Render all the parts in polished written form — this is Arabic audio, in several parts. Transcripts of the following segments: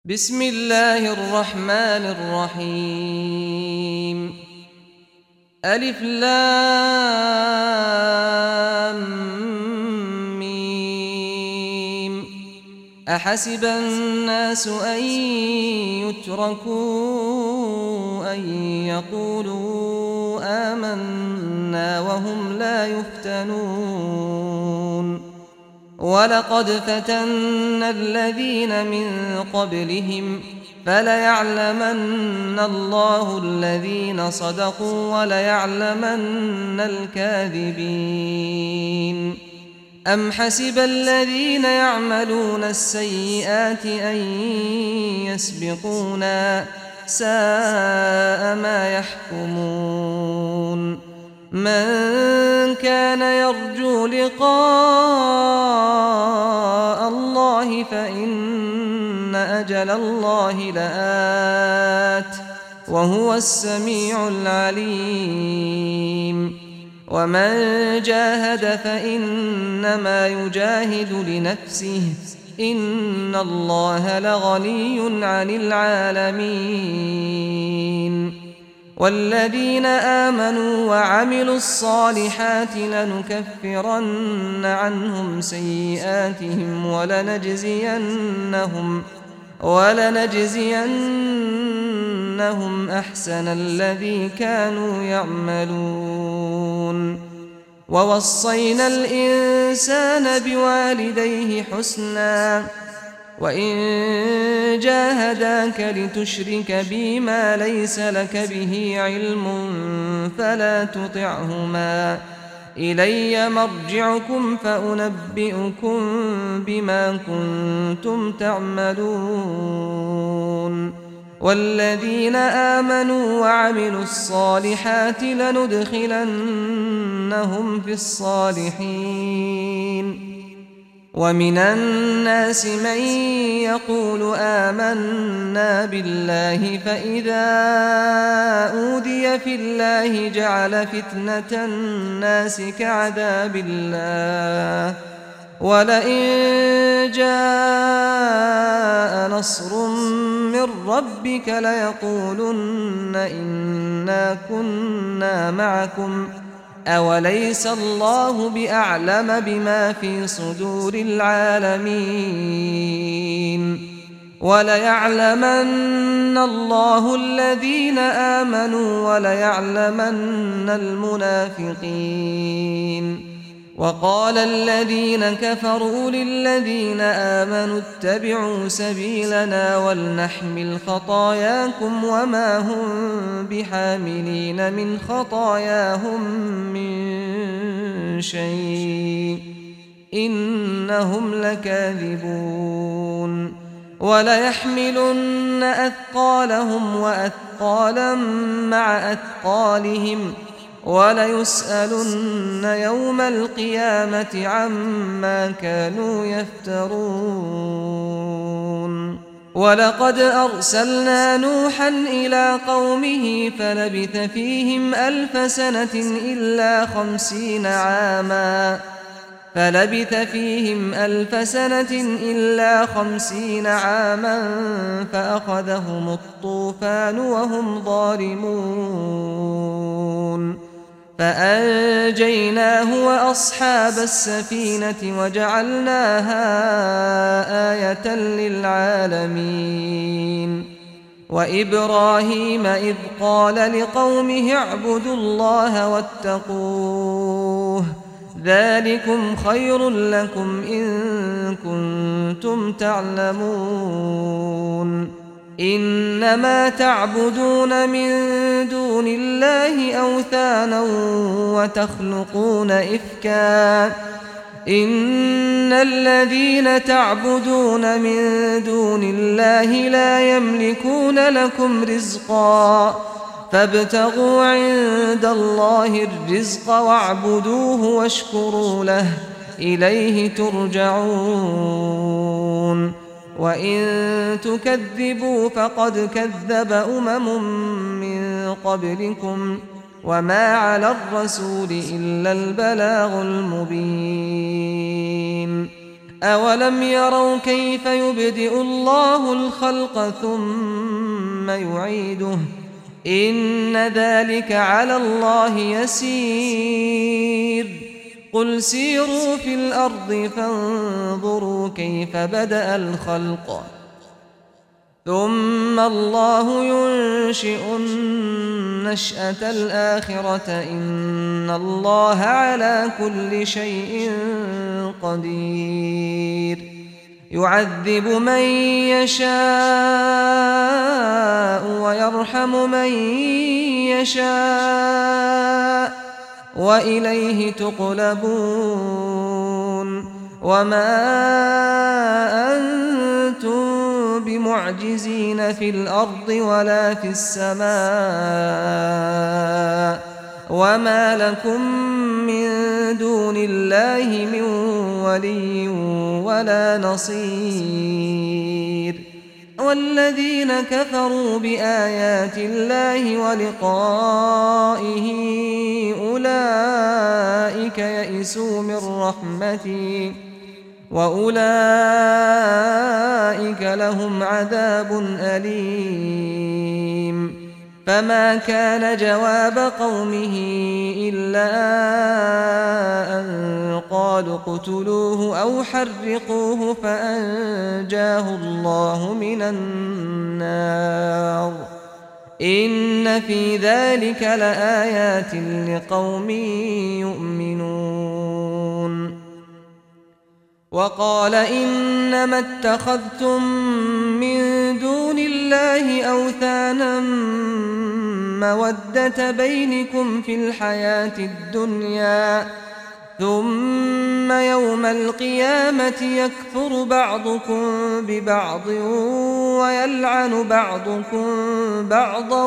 بسم الله الرحمن الرحيم. ألف لام ميم. أحسب الناس أن يتركوا أن يقولوا آمنا وهم لا يفتنون. ولقد فتنا الذين من قبلهم فليعلمن الله الذين صدقوا وليعلمن الكاذبين. أم حسب الذين يعملون السيئات أن يسبقونا ساء ما يحكمون. من كان يرجو لقاء الله فإن أجل الله لآت وهو السميع العليم. ومن جاهد فإنما يجاهد لنفسه إن الله لغني عن العالمين. والذين آمنوا وعملوا الصالحات لنكفرن عنهم سيئاتهم ولنجزينهم أحسن الذي كانوا يعملون. ووصينا الإنسان بوالديه حسنا وإن جاهداك لتشرك بي ما ليس لك به علم فلا تطعهما إلي مرجعكم فأنبئكم بما كنتم تعملون. والذين آمنوا وعملوا الصالحات لندخلنهم في الصالحين. ومن الناس من يقول آمنا بالله فإذا أوذي في الله جعل فتنة الناس كعذاب الله ولئن جاء نصر من ربك ليقولن إنا كنا معكم أوليس الله بأعلم بما في صدور العالمين. وليعلمن الله الذين آمنوا وليعلمن المنافقين. وقال الذين كفروا للذين آمنوا اتبعوا سبيلنا ولنحمل خطاياكم وما هم بحاملين من خطاياهم من شيء إنهم لكاذبون. وليحملن أثقالهم وأثقالا مع أثقالهم وليسألن يوم القيامة عما كانوا يفترون. ولقد أرسلنا نوحا إلى قومه فلبث فيهم 1000 سنة إلا 50 عاما فأخذهم الطوفان وهم ظالمون. فأنجيناه وأصحاب السفينة وجعلناها آية للعالمين. وإبراهيم إذ قال لقومه اعبدوا الله واتقوه ذلكم خير لكم إن كنتم تعلمون. إنما تعبدون من دون الله أوثانا وتخلقون إفكا إن الذين تعبدون من دون الله لا يملكون لكم رزقا فابتغوا عند الله الرزق واعبدوه واشكروا له إليه ترجعون. وإن تكذبوا فقد كذب من قبلكم وما على الرسول إلا البلاغ المبين. أولم يروا كيف يبدئ الله الخلق ثم يعيده إن ذلك على الله يسير قل سيروا في الأرض فانظروا كيف بدأ الخلق ثم الله ينشئ النشأة الآخرة إن الله على كل شيء قدير يعذب من يشاء ويرحم من يشاء وإليه تقلبون وما أنتم بمعجزين في الأرض ولا في السماء وما لكم من دون الله من ولي ولا نصير والذين كفروا بآيات الله ولقائه أولئك يئسوا من رحمتي وأولئك لهم عذاب أليم فما كان جواب قومه إلا أن قالوا اقتلوه أو حرقوه فأنجاه الله من النار إن في ذلك لآيات لقوم يؤمنون وقال إنما اتخذتم من دون الله أوثانا مودة بينكم في الحياة الدنيا ثم يوم القيامة يكفر بعضكم ببعض ويلعن بعضكم بعضا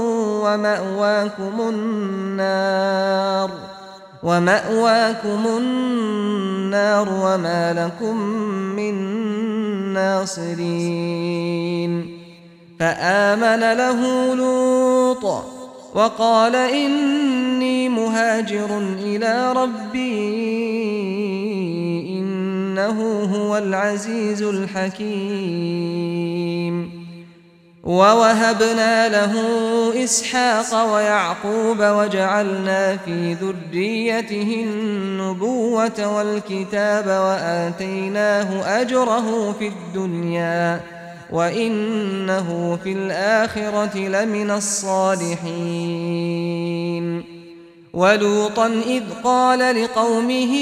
ومأواكم النار وما لكم من ناصرين فآمن له لوط وقال إني مهاجر إلى ربي إنه هو العزيز الحكيم ووهبنا له إسحاق ويعقوب وجعلنا في ذريته النبوة والكتاب وآتيناه أجره في الدنيا وإنه في الآخرة لمن الصالحين ولوطا إذ قال لقومه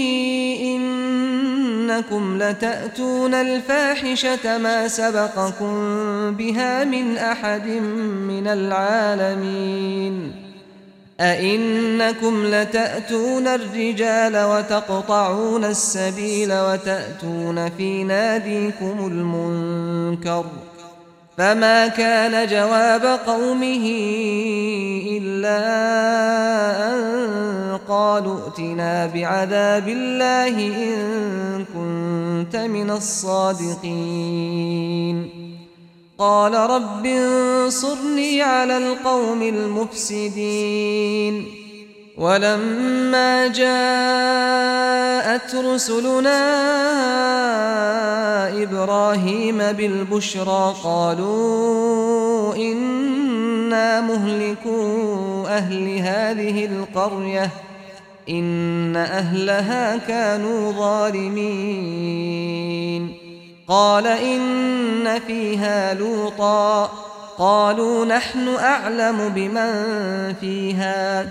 إنكم لتأتون الفاحشة ما سبقكم بها من أحد من العالمين أئنكم لتأتون الرجال وتقطعون السبيل وتأتون في ناديكم المنكر فما كان جواب قومه إلا أن قالوا ائتنا بعذاب الله إن كنت من الصادقين قال رب انصرني على القوم المفسدين ولما جاءت رسلنا إبراهيم بالبشرى قالوا إنا مهلكو أهل هذه القرية إن أهلها كانوا ظالمين قال إن فيها لوطا قالوا نحن أعلم بمن فيها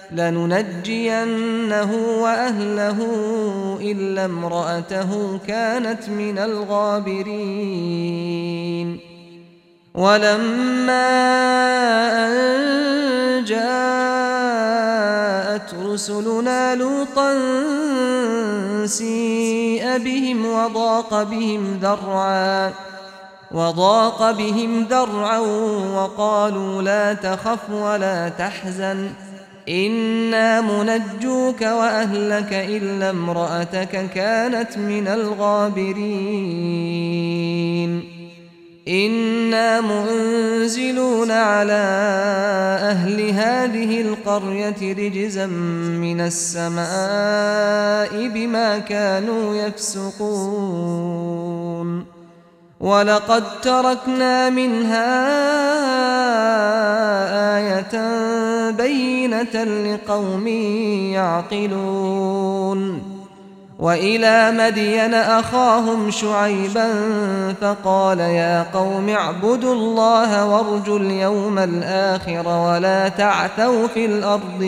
لننجينه وأهله إلا امرأته كانت من الغابرين ولما أن جاءت رسلنا لوطا سيء بهم وضاق بهم ذرعا وقالوا لا تخف ولا تحزن إنا منجوك وأهلك إلا امرأتك كانت من الغابرين إنا منزلون على أهل هذه القرية رجزا من السماء بما كانوا يفسقون ولقد تركنا منها آية بينة لقوم يعقلون وإلى مدين أخاهم شعيبا فقال يا قوم اعبدوا الله وارجوا اليوم الآخر ولا تعثوا في الأرض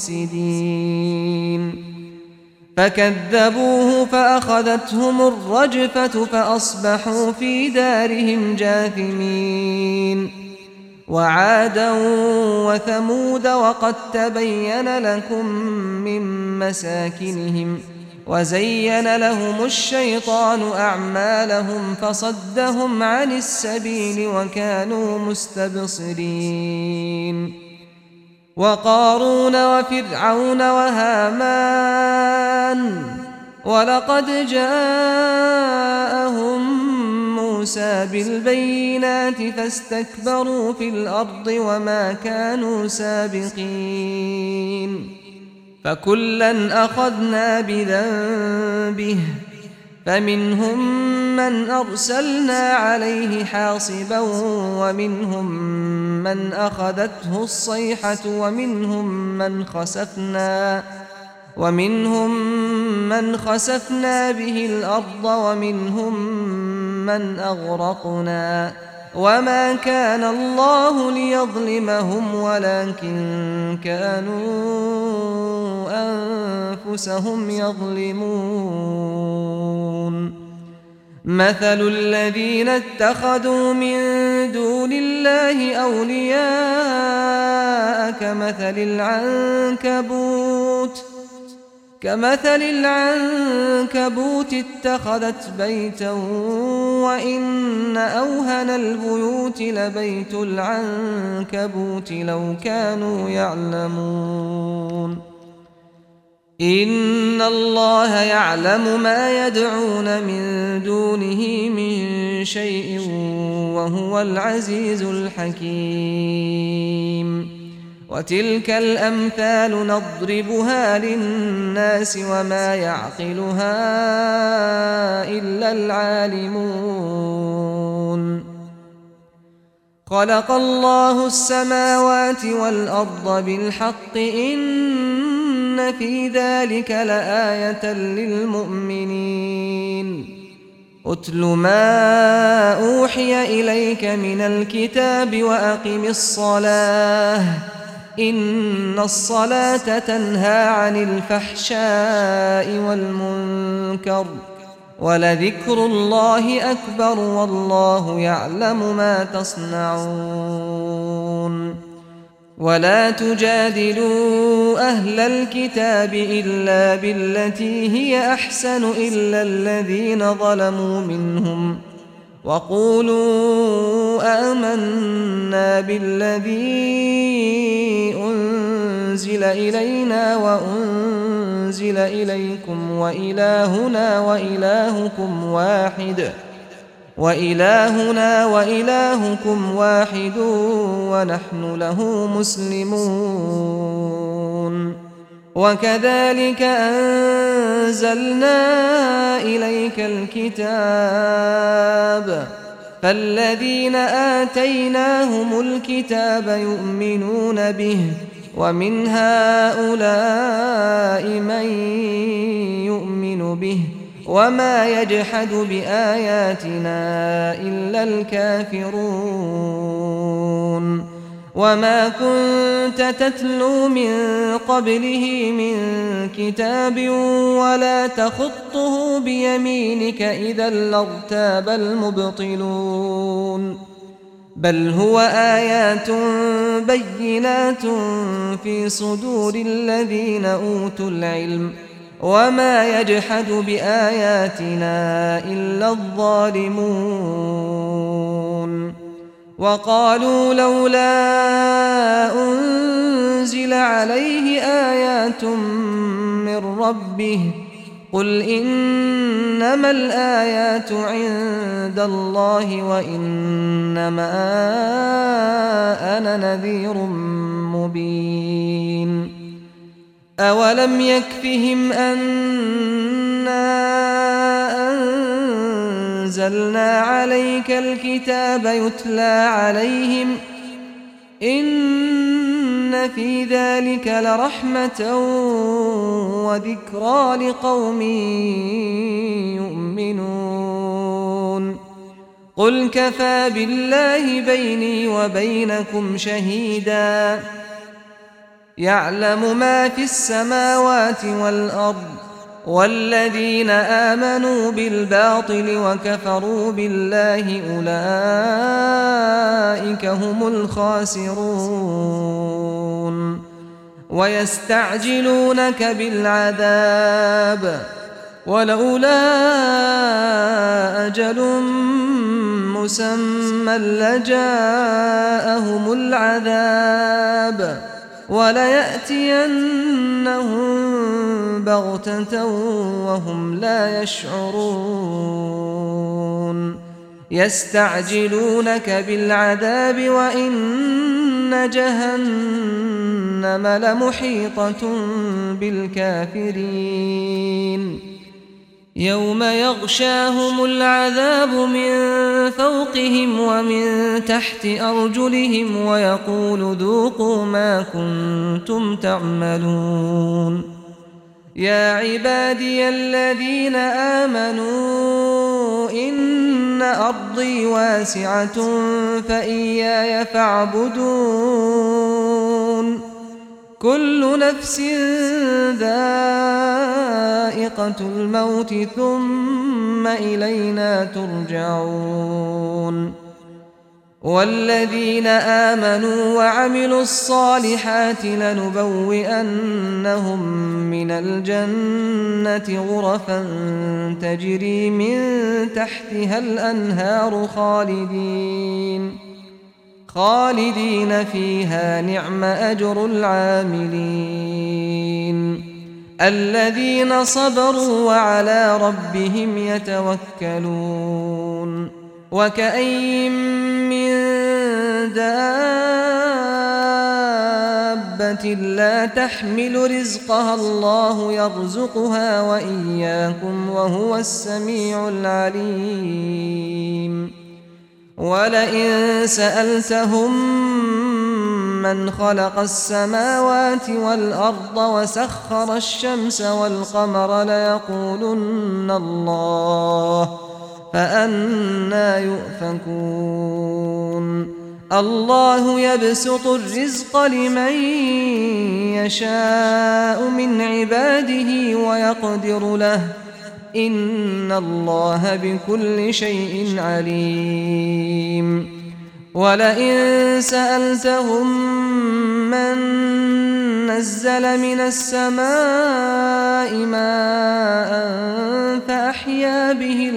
مفسدين فكذبوه فأخذتهم الرجفة فأصبحوا في دارهم جاثمين وعادا وثمود وقد تبين لكم من مساكنهم وزين لهم الشيطان أعمالهم فصدهم عن السبيل وكانوا مستبصرين وقارون وفرعون وهامان ولقد جاءهم موسى بالبينات فاستكبروا في الأرض وما كانوا سابقين فكلا أخذنا بذنبه فمنهم من أرسلنا عليه حاصبا ومنهم من أخذته الصيحة ومنهم من خسفنا به الأرض ومنهم من أغرقنا وما كان الله ليظلمهم ولكن كانوا أنفسهم يظلمون مثل الذين اتخذوا من دون الله أولياء كمثل العنكبوت اتخذت بيتا وإن أوهن البيوت لبيت العنكبوت لو كانوا يعلمون إن الله يعلم ما يدعون من دونه من شيء وهو العزيز الحكيم وتلك الأمثال نضربها للناس وما يعقلها إلا العالمون خلق الله السماوات والأرض بالحق إن في ذلك لآية للمؤمنين أتل ما أوحي إليك من الكتاب وأقم الصلاة إن الصلاة تنهى عن الفحشاء والمنكر ولذكر الله أكبر والله يعلم ما تصنعون ولا تجادلوا أهل الكتاب إلا بالتي هي أحسن إلا الذين ظلموا منهم وقولوا آمنا بالذي أنزل إلينا وأنزل إليكم وإلهنا وإلهكم واحد ونحن له مسلمون وكذلك أنزلنا إليك الكتاب فالذين آتيناهم الكتاب يؤمنون به ومن هؤلاء من يؤمن به وما يجحد بآياتنا إلا الكافرون وما كنت تتلو من قبله من كتاب ولا تخطه بيمينك إذا لارتاب المبطلون بل هو آيات بينات في صدور الذين أوتوا العلم وما يجحد بآياتنا إلا الظالمون وقالوا لولا أنزل عليه آيات من ربه قل إنما الآيات عند الله وإنما أنا نذير مبين أولم يكفهم أنا أنزلنا عليك الكتاب يتلى عليهم إن في ذلك لرحمة وذكرى لقوم يؤمنون قل كفى بالله بيني وبينكم شهيدا يعلم ما في السماوات والأرض والذين آمنوا بالباطل وكفروا بالله أولئك هم الخاسرون ويستعجلونك بالعذاب ولولا أجل مسمى لجاءهم العذاب وليأتينهم بغتة وهم لا يشعرون يستعجلونك بالعذاب وإن جهنم لمحيطة بالكافرين يوم يغشاهم العذاب من فوقهم ومن تحت أرجلهم ويقول ذوقوا ما كنتم تعملون يا عبادي الذين آمنوا إن أرضي واسعة فإياي فاعبدون كل نفس ذائقة الموت ثم إلينا ترجعون والذين آمنوا وعملوا الصالحات لنبوئنهم من الجنة غرفا تجري من تحتها الأنهار خالدين فيها نعم أجر العاملين الذين صبروا وعلى ربهم يتوكلون وكأين من دابة لا تحمل رزقها الله يرزقها وإياكم وهو السميع العليم ولئن سألتهم من خلق السماوات والأرض وسخر الشمس والقمر ليقولن الله فأنى يؤفكون الله يبسط الرزق لمن يشاء من عباده ويقدر له إن الله بكل شيء عليم ولئن سألتهم من نزل من السماء ماء فأحيا به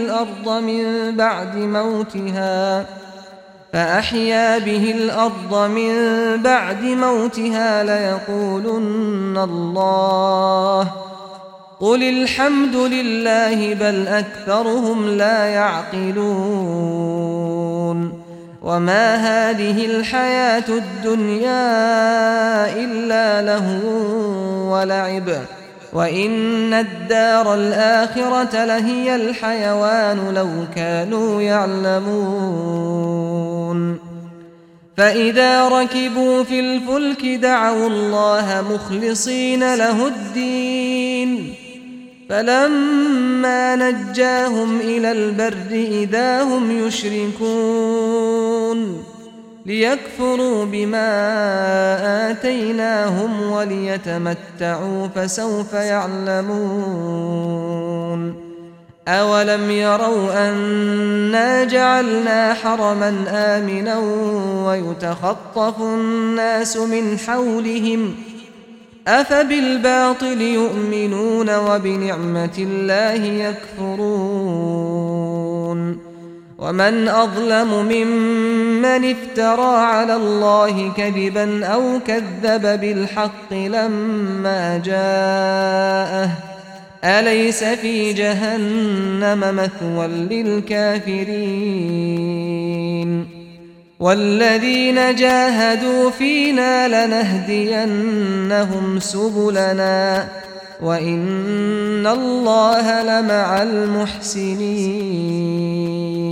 الأرض من بعد موتها ليقولن الله قل الحمد لله بل أكثرهم لا يعقلون وما هذه الحياة الدنيا إلا لهو ولعب وإن الدار الآخرة لهي الحيوان لو كانوا يعلمون فإذا ركبوا في الفلك دعوا الله مخلصين له الدين فلما نجاهم إلى البر إذا هم يشركون ليكفروا بما آتيناهم وليتمتعوا فسوف يعلمون أولم يروا أنا جعلنا حرما آمنا ويتخطف الناس من حولهم أفبالباطل يؤمنون وبنعمة الله يكفرون ومن أظلم ممن افترى على الله كذبا أو كذب بالحق لما جاءه أليس في جهنم مثوى للكافرين والذين جاهدوا فينا لنهدينهم سبلنا وإن الله لمع المحسنين